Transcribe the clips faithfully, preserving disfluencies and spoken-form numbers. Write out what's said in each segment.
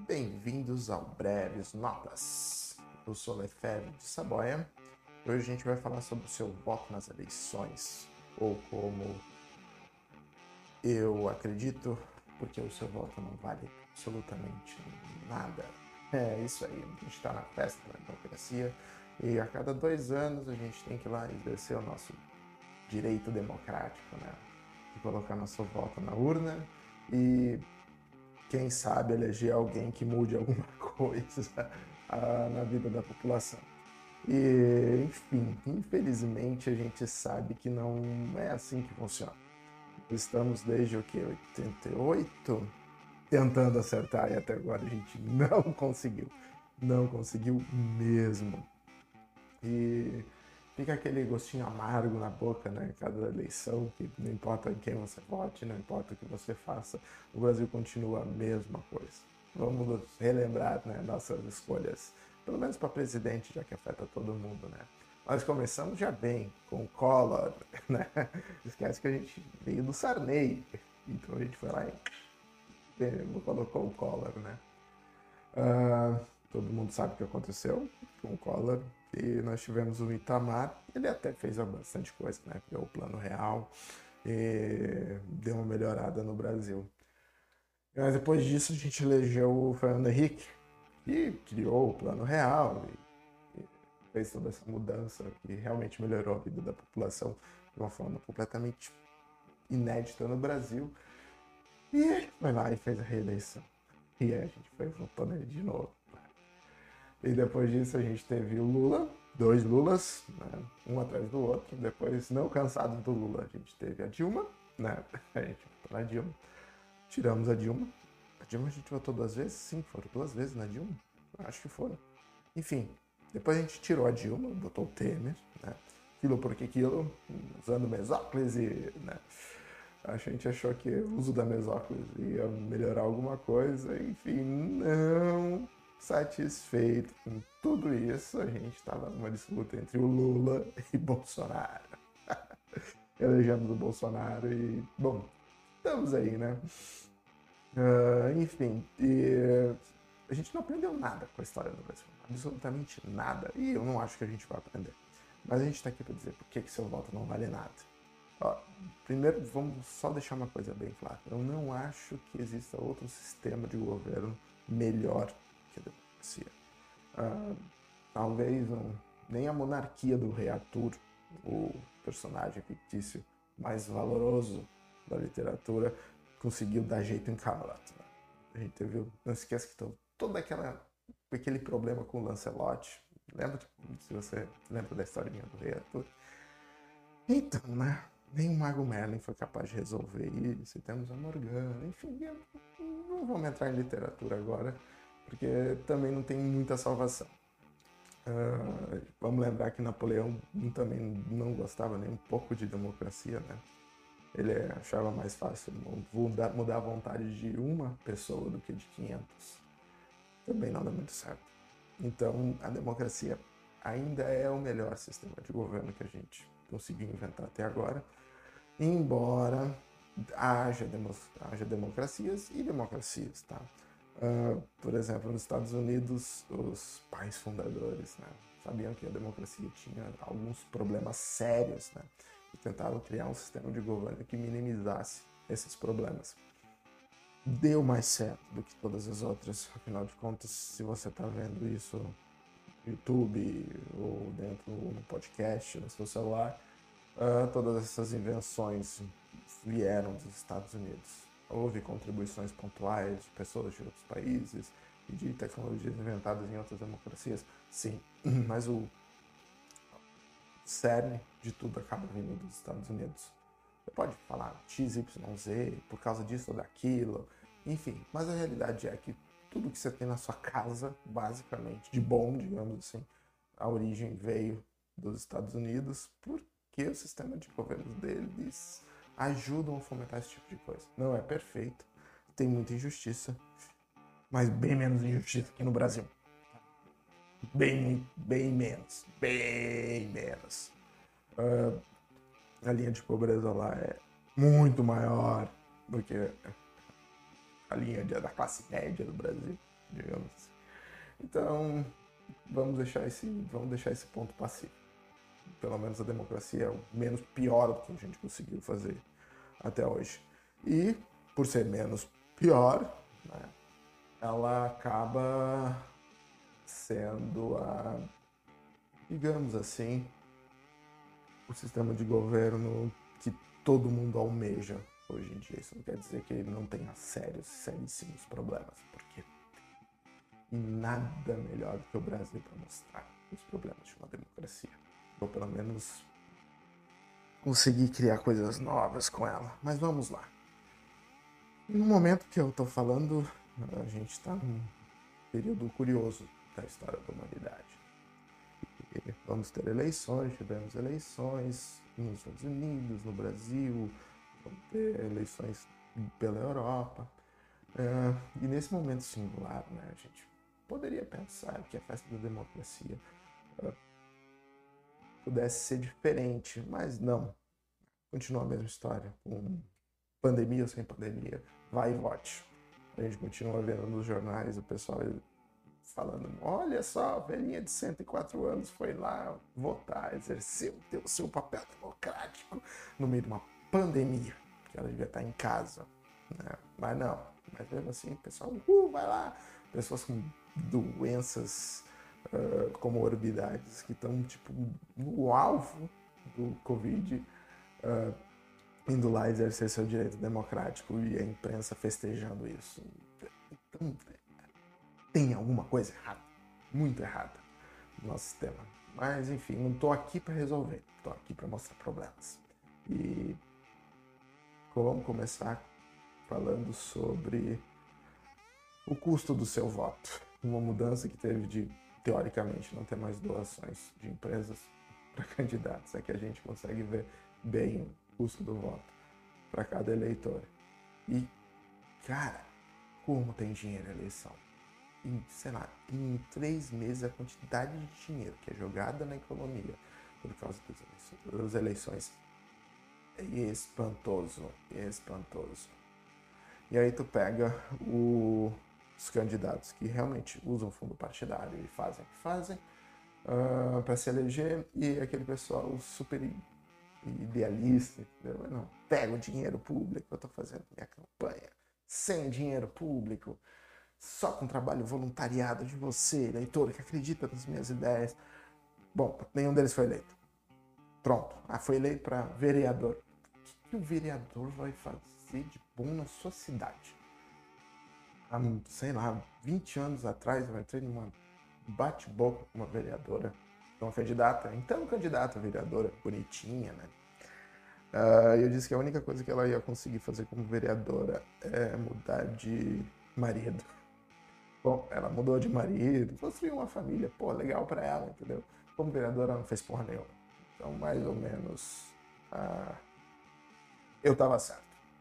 Bem-vindos ao Breves Notas. Eu sou Lefebvre de Saboia e hoje a gente vai falar sobre o seu voto nas eleições, ou como eu acredito, porque o seu voto não vale absolutamente nada. É isso aí, a gente está na festa da democracia e a cada dois anos a gente tem que ir lá exercer o nosso direito democrático, né? De colocar nosso voto na urna e quem sabe eleger alguém que mude alguma coisa na vida da população. E, enfim, infelizmente a gente sabe que não é assim que funciona. Estamos desde o que, oitenta e oito, tentando acertar e até agora a gente não conseguiu. Não conseguiu mesmo. E fica aquele gostinho amargo na boca, né? Cada eleição, que não importa em quem você vote, não importa o que você faça, o Brasil continua a mesma coisa. Vamos nos relembrar, né, nossas escolhas, pelo menos para presidente, já que afeta todo mundo, né? Nós começamos já bem, com o Collor, né? Esquece que a gente veio do Sarney, então a gente foi lá e colocou o Collor, né? Uh, todo mundo sabe o que aconteceu com o Collor. E nós tivemos o Itamar, ele até fez bastante coisa, né? Criou o Plano Real e deu uma melhorada no Brasil. Mas depois disso a gente elegeu o Fernando Henrique, que criou o Plano Real e, e fez toda essa mudança que realmente melhorou a vida da população de uma forma completamente inédita no Brasil. E ele foi lá e fez a reeleição. E aí a gente foi votando ele de novo. E depois disso a gente teve o Lula, dois Lulas, né? Um atrás do outro. Depois, não cansados do Lula, a gente teve a Dilma, né? A gente votou na Dilma. Tiramos a Dilma. A Dilma a gente votou duas vezes? Sim, foram duas vezes na Dilma. Acho que foram. Enfim, depois a gente tirou a Dilma, botou o Temer, né? Aquilo porque aquilo, usando mesóclise, né? A gente achou que o uso da mesóclise ia melhorar alguma coisa. Enfim, não. Satisfeito com tudo isso, a gente estava numa disputa entre o Lula e Bolsonaro. Elegemos o Bolsonaro e, bom, estamos aí, né? Uh, enfim, e a gente não aprendeu nada com a história do Brasil, absolutamente nada, e eu não acho que a gente vai aprender. Mas a gente está aqui para dizer por que, que seu voto não vale nada. Ó, primeiro, vamos só deixar uma coisa bem clara. Eu não acho que exista outro sistema de governo melhor que a democracia. Uh, talvez não, nem a monarquia do rei Arthur, o personagem fictício mais valoroso da literatura, conseguiu dar jeito em Camelot. Né? A gente viu, não esqueça que todo aquela, aquele problema com o Lancelot, lembra, se você lembra da historinha do rei Arthur? Então, né? Nem o Mago Merlin foi capaz de resolver isso, e temos a Morgana, enfim, não vamos entrar em literatura agora, porque também não tem muita salvação. Uh, vamos lembrar que Napoleão também não gostava nem um pouco de democracia, né? Ele achava mais fácil mudar, mudar a vontade de uma pessoa do que de quinhentos. Também não dá muito certo. Então, a democracia ainda é o melhor sistema de governo que a gente conseguiu inventar até agora, embora haja, demo, haja democracias e democracias, tá? Uh, por exemplo, nos Estados Unidos, os pais fundadores, né, sabiam que a democracia tinha alguns problemas sérios, né, e tentaram criar um sistema de governo que minimizasse esses problemas. Deu mais certo do que todas as outras, afinal de contas, se você está vendo isso no YouTube ou dentro no podcast, no seu celular, uh, todas essas invenções vieram dos Estados Unidos. Houve contribuições pontuais de pessoas de outros países e de tecnologias inventadas em outras democracias, sim, mas o cerne de tudo acaba vindo dos Estados Unidos. Você pode falar X Y Z por causa disso ou daquilo, enfim, mas a realidade é que tudo que você tem na sua casa, basicamente, de bom, digamos assim, a origem veio dos Estados Unidos, porque o sistema de governo deles ajudam a fomentar esse tipo de coisa. Não é perfeito, tem muita injustiça, mas bem menos injustiça aqui no Brasil. Bem, bem menos, bem menos. Uh, a linha de pobreza lá é muito maior do que a linha da classe média do Brasil. digamos assim. Então, vamos deixar esse, vamos deixar esse ponto passivo. Pelo menos a democracia é o menos pior do que a gente conseguiu fazer até hoje. E, por ser menos pior, né, ela acaba sendo a, digamos assim, o sistema de governo que todo mundo almeja hoje em dia. Isso não quer dizer que ele não tenha sérios, seríssimos problemas, porque e nada melhor do que o Brasil para mostrar os problemas de uma democracia. Ou pelo menos conseguir criar coisas novas com ela. Mas vamos lá. No momento que eu estou falando, a gente está num período curioso da história da humanidade. E vamos ter eleições, tivemos eleições nos Estados Unidos, no Brasil, vamos ter eleições pela Europa. Uh, e nesse momento singular, né, a gente poderia pensar que a festa da democracia uh, pudesse ser diferente, mas não. Continua a mesma história, com pandemia ou sem pandemia, vai e vote. A gente continua vendo nos jornais o pessoal falando, olha só, a velhinha de cento e quatro anos foi lá votar, exerceu o seu papel democrático no meio de uma pandemia, que ela devia estar em casa, né? Mas não, mas mesmo assim, o pessoal, uh, vai lá, pessoas com doenças, uh, comorbidades, que estão, tipo, no alvo do Covid, uh, indo lá exercer seu direito democrático e a imprensa festejando isso. Então, tem alguma coisa errada, muito errada no nosso sistema. Mas, enfim, não estou aqui para resolver, estou aqui para mostrar problemas. E vamos começar falando sobre o custo do seu voto. Uma mudança que teve de, teoricamente, não ter mais doações de empresas para candidatos. É que a gente consegue ver bem o custo do voto para cada eleitor. E, cara, como tem dinheiro a eleição? Em, sei lá, em três meses a quantidade de dinheiro que é jogada na economia por causa das eleições, das eleições é espantoso, espantoso. E aí tu pega o, os candidatos que realmente usam fundo partidário e fazem o que fazem uh, para se eleger, e aquele pessoal super idealista, entendeu? Não, pega o dinheiro público, eu tô fazendo minha campanha sem dinheiro público, só com trabalho voluntariado de você, eleitor, que acredita nas minhas ideias. Bom, nenhum deles foi eleito. Pronto. Ah, foi eleito para vereador. O que o vereador vai fazer de bom na sua cidade? Há, sei lá, vinte anos atrás, eu entrei numa bate-boca com uma vereadora, uma candidata, então candidata a vereadora, bonitinha, né? Uh, eu disse que a única coisa que ela ia conseguir fazer como vereadora é mudar de marido. Bom, ela mudou de marido, construiu uma família, pô, legal pra ela, entendeu? Como vereadora ela não fez porra nenhuma. Então, mais ou menos, ah, eu tava certo.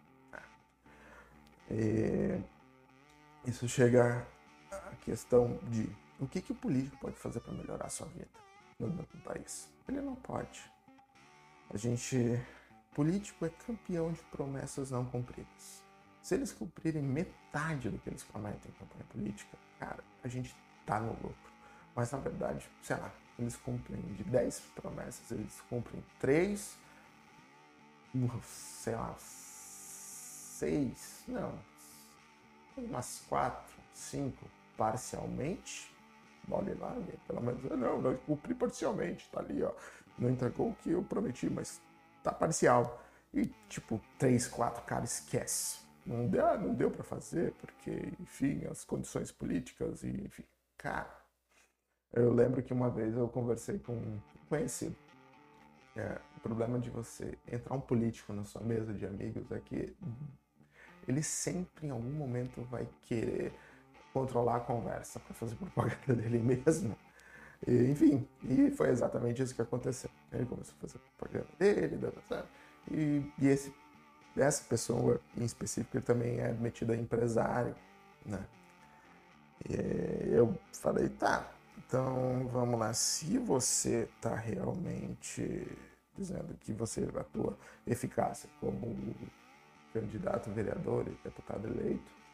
E isso chega à questão de o que, que o político pode fazer para melhorar a sua vida no, no país. Ele não pode. A gente, político é campeão de promessas não cumpridas. Se eles cumprirem metade do que eles prometem em campanha política, cara, a gente tá no lucro. Mas, na verdade, sei lá, eles cumprem de dez promessas, eles cumprem três, sei lá, seis, não, umas quatro, cinco, parcialmente. Olha lá, pelo menos, não, não cumpri parcialmente, tá ali, ó. Não entregou o que eu prometi, mas tá parcial. E, tipo, três, quatro, cara, esquece. Não deu, não deu para fazer, porque, enfim, as condições políticas e, enfim, cara. Eu lembro que uma vez eu conversei com um conhecido. É, o problema de você entrar um político na sua mesa de amigos é que ele sempre, em algum momento, vai querer controlar a conversa para fazer propaganda dele mesmo. E, enfim, e foi exatamente isso que aconteceu. Ele começou a fazer propaganda dele, e, e esse essa pessoa em específico, ele também é metido a empresário, né? E eu falei, tá, então vamos lá, se você tá realmente dizendo que você atua eficácia como candidato a vereador e deputado eleito,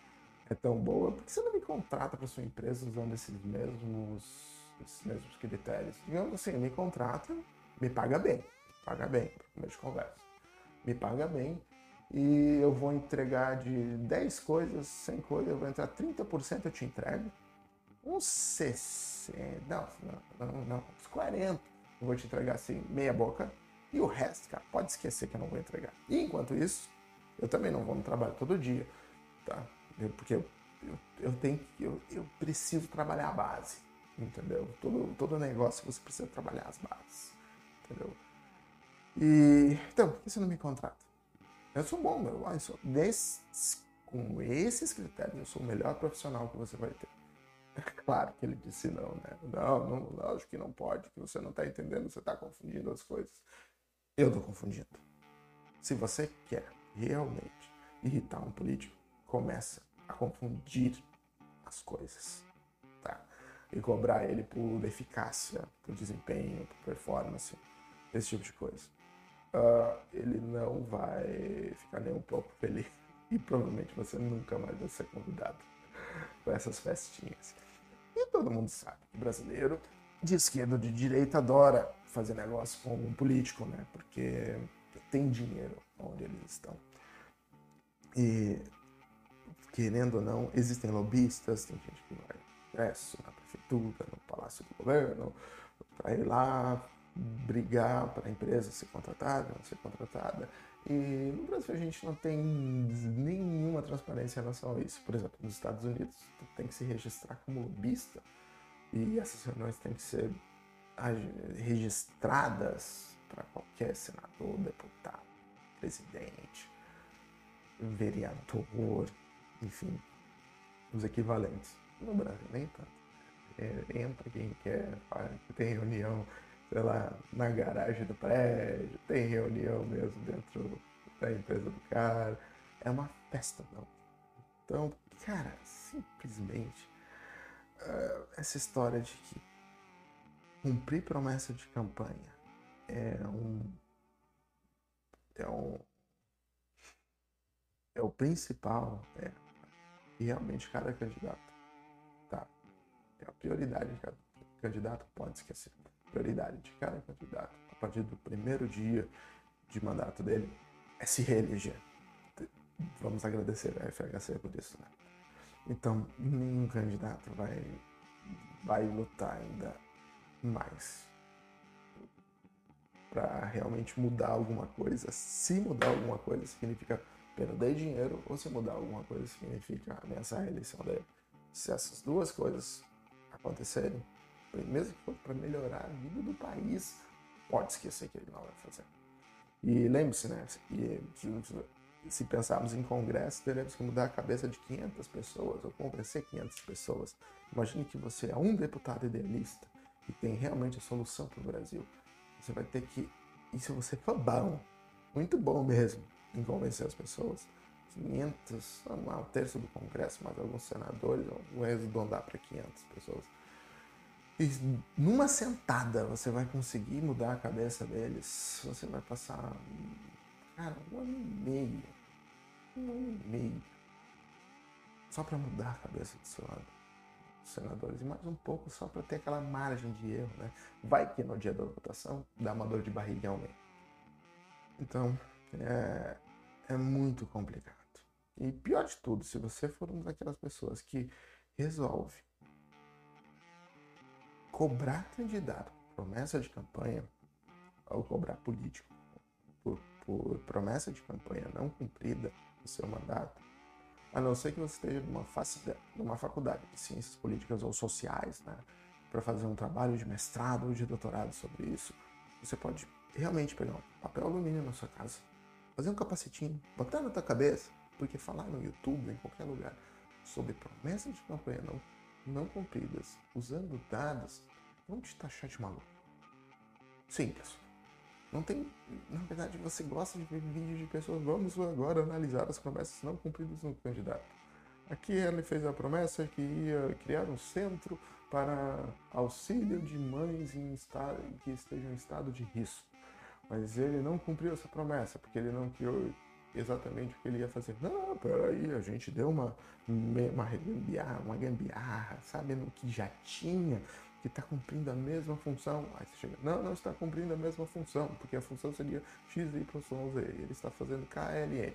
é tão boa, por que você não me contrata para sua empresa usando esses mesmos, esses mesmos critérios? Digamos assim, me contrata, me paga bem, paga bem, para começo de conversa. Me paga bem e eu vou entregar de dez coisas, cem coisas, eu vou entrar trinta por cento eu te entrego. Uns sessenta, não, não, não, não, uns quarenta eu vou te entregar assim, meia boca. E o resto, cara, pode esquecer que eu não vou entregar. E enquanto isso, eu também não vou no trabalho todo dia, tá? Porque eu, eu, eu tenho que, eu, eu preciso trabalhar a base, entendeu? Todo, todo negócio você precisa trabalhar as bases, entendeu? E, então, por que você não me contrata? Eu sou bom, meu. Eu sou, desse, com esses critérios, eu sou o melhor profissional que você vai ter. Claro que ele disse não, né? Não, não, acho que não pode, que você não está entendendo, você está confundindo as coisas. Eu estou confundindo. Se você quer realmente irritar um político, começa a confundir as coisas, tá? E cobrar ele por eficácia, por desempenho, por performance, esse tipo de coisa. Uh, ele não vai ficar nem um pouco feliz e provavelmente você nunca mais vai ser convidado para essas festinhas. E todo mundo sabe que brasileiro de esquerda ou de direita adora fazer negócio com um político, né? Porque tem dinheiro onde eles estão. E, querendo ou não, existem lobistas, tem gente que vai no Congresso, na prefeitura, no Palácio do Governo, para ir lá brigar para a empresa ser contratada, não ser contratada. E no Brasil a gente não tem nenhuma transparência em relação a isso. Por exemplo, nos Estados Unidos, tu tem que se registrar como lobista e essas reuniões têm que ser registradas para qualquer senador, deputado, presidente, vereador, enfim, os equivalentes. No Brasil, nem tanto. É, entra quem quer, tem reunião, sei lá, na garagem do prédio, tem reunião mesmo dentro da empresa do cara. É uma festa, não. Então, cara, simplesmente uh, essa história de que cumprir promessa de campanha é um é um é o principal, é realmente cada candidato, tá? É a prioridade de cada candidato, pode esquecer. Prioridade de cada candidato, a partir do primeiro dia de mandato dele, é se reeleger. Vamos agradecer a F H C por isso, né? Então, nenhum candidato vai, vai lutar ainda mais para realmente mudar alguma coisa. Se mudar alguma coisa significa perder dinheiro, ou se mudar alguma coisa significa ameaçar a reeleição dele. Se essas duas coisas acontecerem, mesmo que for para melhorar a vida do país, pode esquecer que ele não vai fazer. E lembre-se, né? Se pensarmos em congresso, teremos que mudar a cabeça de quinhentas pessoas, ou convencer quinhentas pessoas. Imagine que você é um deputado idealista e tem realmente a solução para o Brasil. Você vai ter que, e se você for bom, muito bom mesmo, em convencer as pessoas, quinhentas, não, um terço do congresso, mais alguns senadores, vou arredondar para quinhentas pessoas. E numa sentada você vai conseguir mudar a cabeça deles. Você vai passar, cara, um ano e meio. Um ano e meio. Só para mudar a cabeça do seu lado, dos senadores. E mais um pouco só para ter aquela margem de erro, né? Vai que no dia da votação dá uma dor de barriga em alguém. Então, é, é muito complicado. E pior de tudo, se você for uma daquelas pessoas que resolve cobrar candidato por promessa de campanha, ou cobrar político por, por promessa de campanha não cumprida no seu mandato, a não ser que você esteja numa, numa faculdade de ciências políticas ou sociais, né, para fazer um trabalho de mestrado ou de doutorado sobre isso, você pode realmente pegar um papel alumínio na sua casa, fazer um capacetinho, botar na tua cabeça, porque falar no YouTube, em qualquer lugar, sobre promessas de campanha não não cumpridas, usando dados, vão te taxar de maluco. Simples. Não tem, na verdade, você gosta de ver vídeos de pessoas, vamos agora analisar as promessas não cumpridas no candidato. Aqui ele fez a promessa que ia criar um centro para auxílio de mães em estado, que estejam em estado de risco. Mas ele não cumpriu essa promessa, porque ele não criou exatamente o que ele ia fazer. Não, peraí, a gente deu uma, uma gambiarra, uma gambiarra, sabe, no que já tinha, que está cumprindo a mesma função. Aí você chega, não, não está cumprindo a mesma função, porque a função seria X, Y, Z, e ele está fazendo K L M.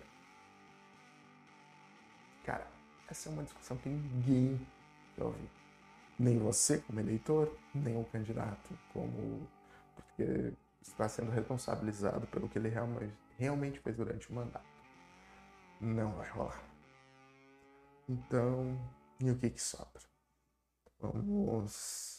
Cara, essa é uma discussão que ninguém quer ouvir. Nem você como eleitor, nem o candidato como... porque está sendo responsabilizado pelo que ele realmente, realmente fez durante o mandato. Não vai rolar. Então, e o que que sobra? Vamos...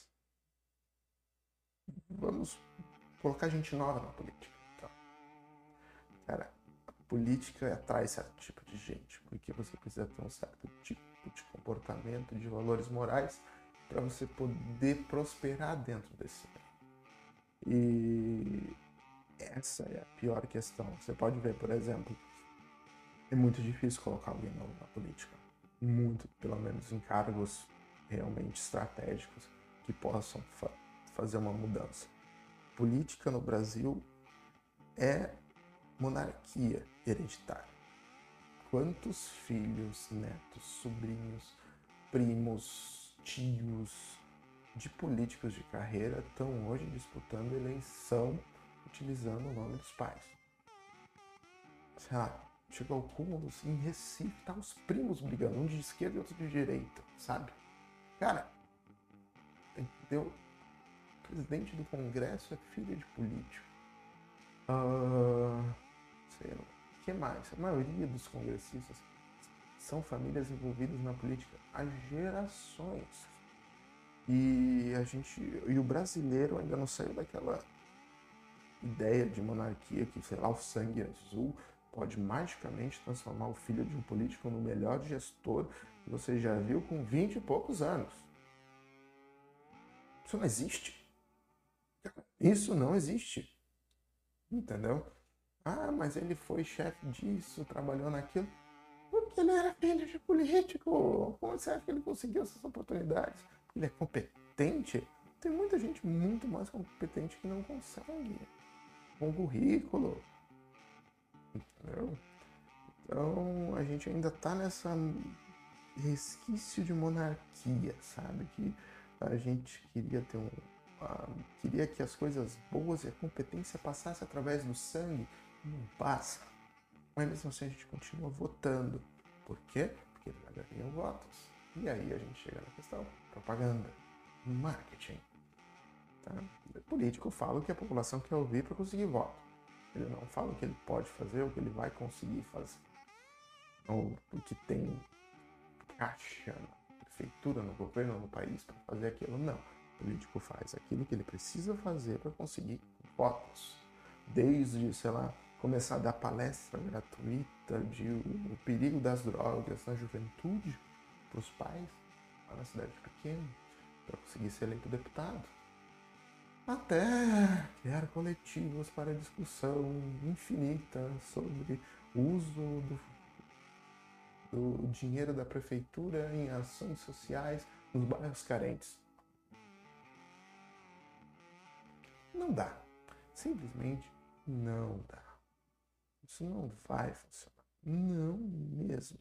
Vamos colocar gente nova na política. Então, cara, a política atrai certo tipo de gente, porque você precisa ter um certo tipo de comportamento, de valores morais, para você poder prosperar dentro desse meio. E essa é a pior questão. Você pode ver, por exemplo, é muito difícil colocar alguém novo na política. Muito, pelo menos em cargos realmente estratégicos que possam fa- fazer uma mudança. Política no Brasil é monarquia hereditária. Quantos filhos, netos, sobrinhos, primos, tios de políticos de carreira estão hoje disputando eleição utilizando o nome dos pais? Sei lá, chegou ao cúmulo assim, em Recife, tá os primos brigando, um de esquerda e outro de direita, sabe? Cara, entendeu? O presidente do Congresso é filho de político. Uh, sei lá, o que mais? A maioria dos congressistas são famílias envolvidas na política há gerações. E a gente, e o brasileiro ainda não saiu daquela ideia de monarquia que, sei lá, o sangue azul pode magicamente transformar o filho de um político no melhor gestor que você já viu com vinte e poucos anos. Isso não existe. Isso não existe. Entendeu? Ah, mas ele foi chefe disso, trabalhou naquilo. Porque ele era filho de político. Como você acha que ele conseguiu essas oportunidades? Ele é competente? Tem muita gente muito mais competente que não consegue. Com currículo. Entendeu? Então a gente ainda tá nessa resquício de monarquia, sabe? Que a gente queria ter um. Uh, queria que as coisas boas e a competência passassem através do sangue. Não passa. Mas mesmo assim a gente continua votando. Por quê? Porque eles ganham votos. E aí a gente chega na questão: propaganda, marketing. Tá? O político fala o que a população quer ouvir para conseguir voto. Ele não fala o que ele pode fazer, o que ele vai conseguir fazer. Ou o que tem caixa na prefeitura, no governo, no país para fazer aquilo. Não. O político faz aquilo que ele precisa fazer para conseguir votos. Desde, sei lá, começar a dar palestra gratuita de o perigo das drogas na juventude para os pais, lá na cidade pequena, para conseguir ser eleito deputado. Até criar coletivos para discussão infinita sobre o uso do, do dinheiro da prefeitura em ações sociais nos bairros carentes. Não dá. Simplesmente não dá. Isso não vai funcionar. Não mesmo.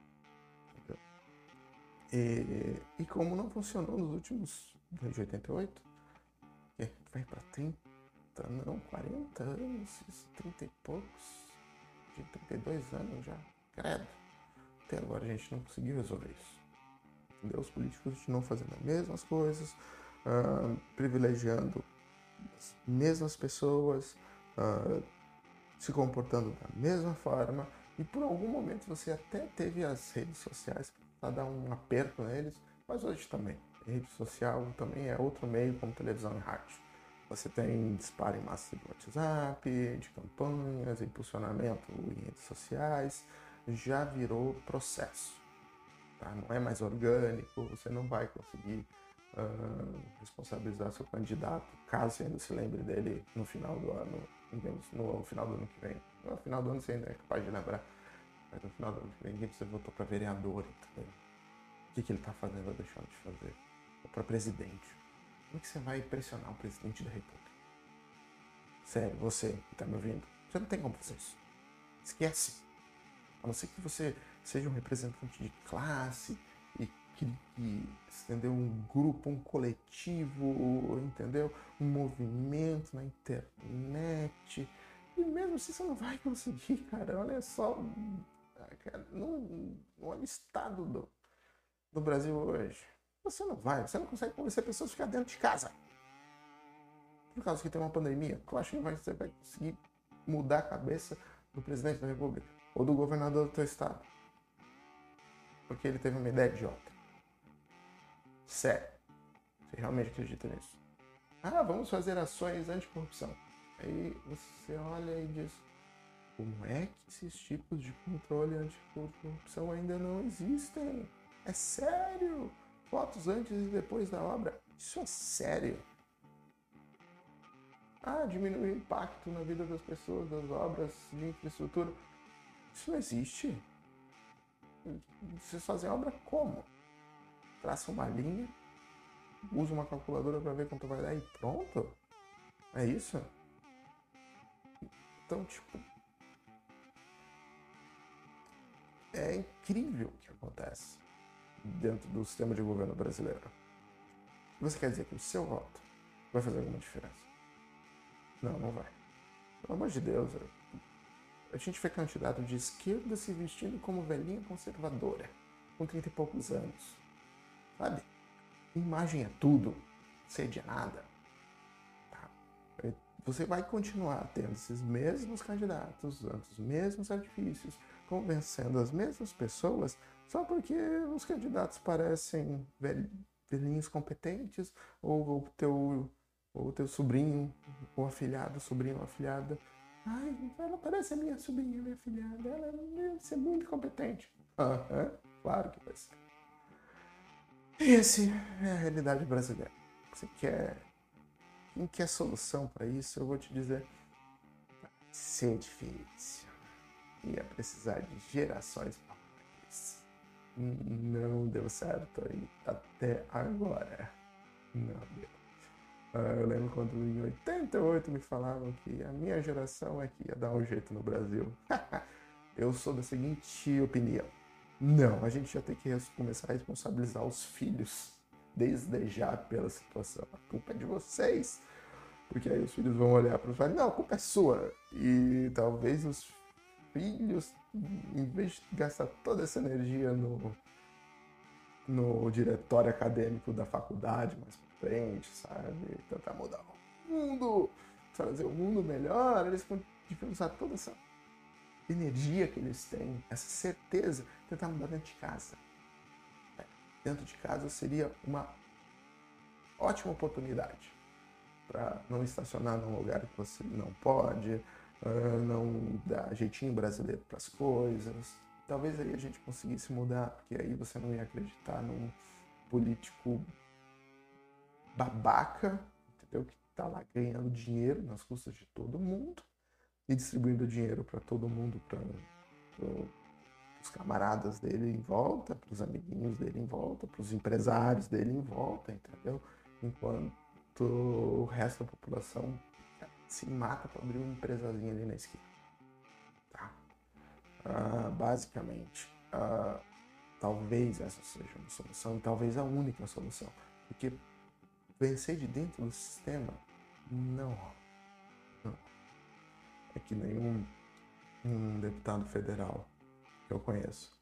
E, e como não funcionou nos últimos, desde oitenta e oito, que vai para trinta, não, quarenta anos, trinta e poucos, de trinta e dois anos já, credo. Até agora a gente não conseguiu resolver isso. Entendeu? Os políticos continuam fazendo as mesmas coisas, uh, privilegiando as mesmas pessoas, uh, se comportando da mesma forma, e por algum momento você até teve as redes sociais para dar um aperto neles, mas hoje também. A rede social também é outro meio como televisão e rádio. Você tem disparo em massa de WhatsApp, de campanhas, impulsionamento em redes sociais, já virou processo. Tá? Não é mais orgânico, você não vai conseguir uh, responsabilizar seu candidato, caso você ainda se lembre dele no final do ano, no final do ano que vem. No final do ano você ainda é capaz de lembrar, mas no final do ano que vem ninguém você votou para vereador, entendeu? O que, que ele está fazendo ou deixando de fazer? Ou para presidente. Como é que você vai pressionar o presidente da república? Sério, você que está me ouvindo, você não tem como fazer isso. Esquece. A não ser que você seja um representante de classe e que, que entendeu? Um grupo, um coletivo, entendeu? Um movimento na internet. E mesmo assim você não vai conseguir, cara. Olha só, cara, no, no estado do, do Brasil hoje. Você não vai, você não consegue convencer pessoas a ficar dentro de casa. Por causa que tem uma pandemia. Tu acha que você vai conseguir mudar a cabeça do presidente da República? Ou do governador do teu estado? Porque ele teve uma ideia idiota. Sério. Você realmente acredita nisso? Ah, vamos fazer ações anticorrupção. Aí você olha e diz, como é que esses tipos de controle anticorrupção ainda não existem? É sério? Fotos antes e depois da obra? Isso é sério? Ah, diminuir o impacto na vida das pessoas, das obras de infraestrutura. Isso não existe. Vocês fazem obra como? Traça uma linha, usa uma calculadora para ver quanto vai dar e pronto? É isso? Então, tipo, é incrível o que acontece dentro do sistema de governo brasileiro. Você quer dizer que o seu voto vai fazer alguma diferença? Não, não vai. Pelo amor de Deus, a gente foi candidato de esquerda se vestindo como velhinha conservadora, com trinta e poucos anos. Sabe? Imagem é tudo, sede é nada. Tá? Você vai continuar tendo esses mesmos candidatos, usando os mesmos artifícios, convencendo as mesmas pessoas, só porque os candidatos parecem velhinhos competentes, ou o teu, ou teu sobrinho, ou afilhado, sobrinho ou afilhada. Ai, ela parece a minha sobrinha, minha afilhada, ela deve ser muito competente. Aham, claro que vai ser. Essa é a realidade brasileira. Você quer... Quem quer solução para isso, eu vou te dizer, vai ser difícil. Ia precisar de gerações para isso. Não deu certo aí até agora. Não deu. Eu lembro quando em oitenta e oito me falavam que a minha geração é que ia dar um jeito no Brasil. Eu sou da seguinte opinião. Não, a gente já tem que começar a responsabilizar os filhos desde já pela situação. A culpa é de vocês. Porque aí os filhos vão olhar para os pais, não, a culpa é sua. E talvez os filhos, em vez de gastar toda essa energia no, no diretório acadêmico da faculdade mais pra frente, sabe? Tentar mudar o mundo, fazer o mundo melhor, eles deviam usar toda essa energia que eles têm, essa certeza, tentar mudar dentro de casa. Dentro de casa seria uma ótima oportunidade para não estacionar num lugar que você não pode, não dar jeitinho brasileiro para as coisas. Talvez aí a gente conseguisse mudar, porque aí você não ia acreditar num político babaca, entendeu? Que tá lá ganhando dinheiro nas custas de todo mundo e distribuindo dinheiro para todo mundo, para os camaradas dele em volta, para os amiguinhos dele em volta, para os empresários dele em volta, entendeu? Enquanto o resto da população se mata para abrir uma empresazinha ali na esquina. Tá? Ah, basicamente, ah, talvez essa seja uma solução, e talvez a única solução, porque vencer de dentro do sistema não rola. Não. É que nenhum um deputado federal que eu conheço.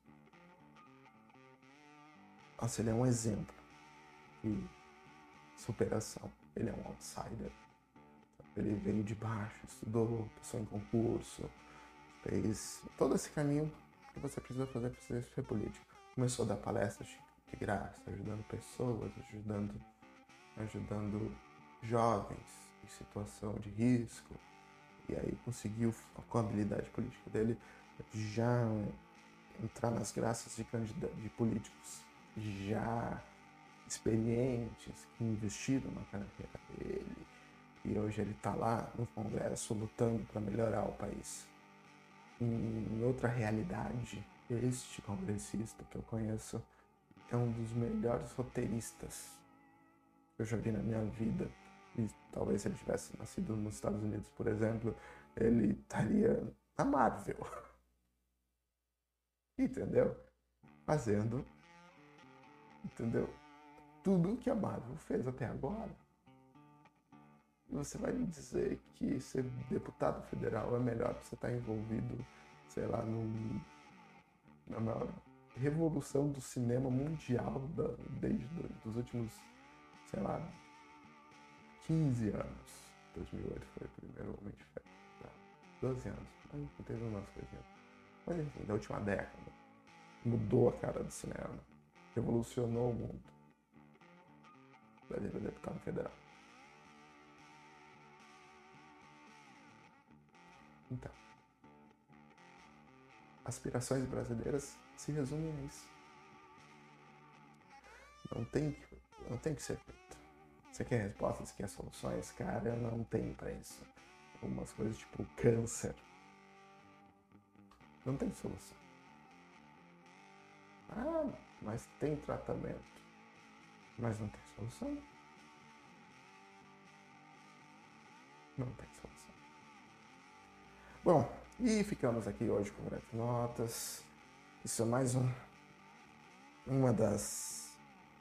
Nossa, ele é um exemplo de superação. Ele é um outsider. Ele veio de baixo, estudou, passou em concurso, fez todo esse caminho que você precisa fazer para ser político. Começou a dar palestras de graça, ajudando pessoas, ajudando, ajudando jovens em situação de risco. E aí conseguiu, com a habilidade política dele, já entrar nas graças de, de políticos já experientes, que investiram na carreira dele. E hoje ele está lá no Congresso lutando para melhorar o país. Em outra realidade, este congressista que eu conheço é um dos melhores roteiristas que eu já vi na minha vida. E talvez se ele tivesse nascido nos Estados Unidos, por exemplo, ele estaria na Marvel. entendeu? Fazendo, entendeu? Tudo que a Marvel fez até agora. E você vai me dizer que ser deputado federal é melhor que você estar envolvido, sei lá, num, na maior revolução do cinema mundial da, desde do, dos últimos, sei lá, quinze anos. dois mil e oito foi o primeiro Homem de Ferro. Tá? doze anos. Mas não teve umas coisinhas. Mas enfim, da última década. Mudou a cara do cinema. Revolucionou o mundo. Vai ser deputado federal. Então, aspirações brasileiras se resumem a isso. Não tem, não tem que ser feito. Você quer respostas, você quer soluções? Cara, eu não tenho pra isso. Algumas coisas tipo câncer. Não tem solução. Ah, mas tem tratamento. Mas não tem solução. Não tem solução. Bom, e ficamos aqui hoje com breves notas. Isso é mais um, uma das,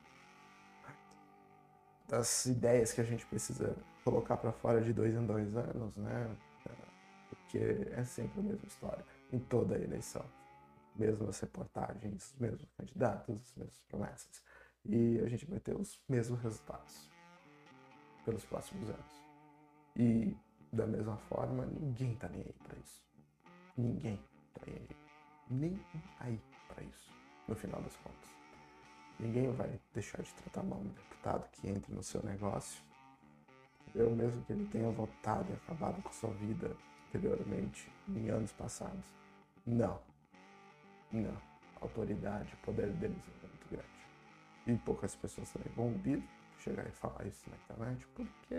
das ideias que a gente precisa colocar para fora de dois em dois anos, né? Porque é sempre a mesma história em toda a eleição. Mesmas reportagens, os mesmos candidatos, as mesmas promessas. E a gente vai ter os mesmos resultados pelos próximos anos. E, da mesma forma, ninguém tá nem aí pra isso. Ninguém tá nem aí. Nem aí pra isso, no final das contas. Ninguém vai deixar de tratar mal um deputado que entre no seu negócio. Eu mesmo que ele tenha votado e acabado com sua vida anteriormente, em anos passados. Não. Não. A autoridade, o poder deles é muito grande. E poucas pessoas também vão ouvir chegar e falar isso na internet, porque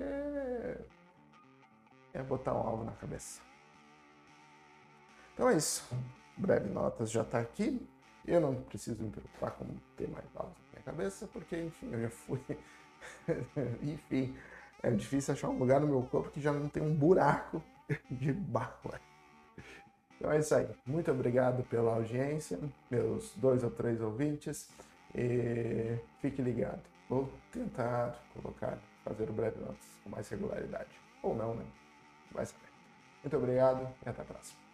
é botar um alvo na cabeça. Então é isso. Breve Notas já está aqui. Eu não preciso me preocupar com ter mais alvos na minha cabeça, porque, enfim, eu já fui. Enfim, é difícil achar um lugar no meu corpo que já não tem um buraco de bala. Então é isso aí. Muito obrigado pela audiência, meus dois ou três ouvintes. E fique ligado. Vou tentar colocar, fazer o Breve Notas com mais regularidade. Ou não, né? Vai saber. Muito obrigado e até a próxima.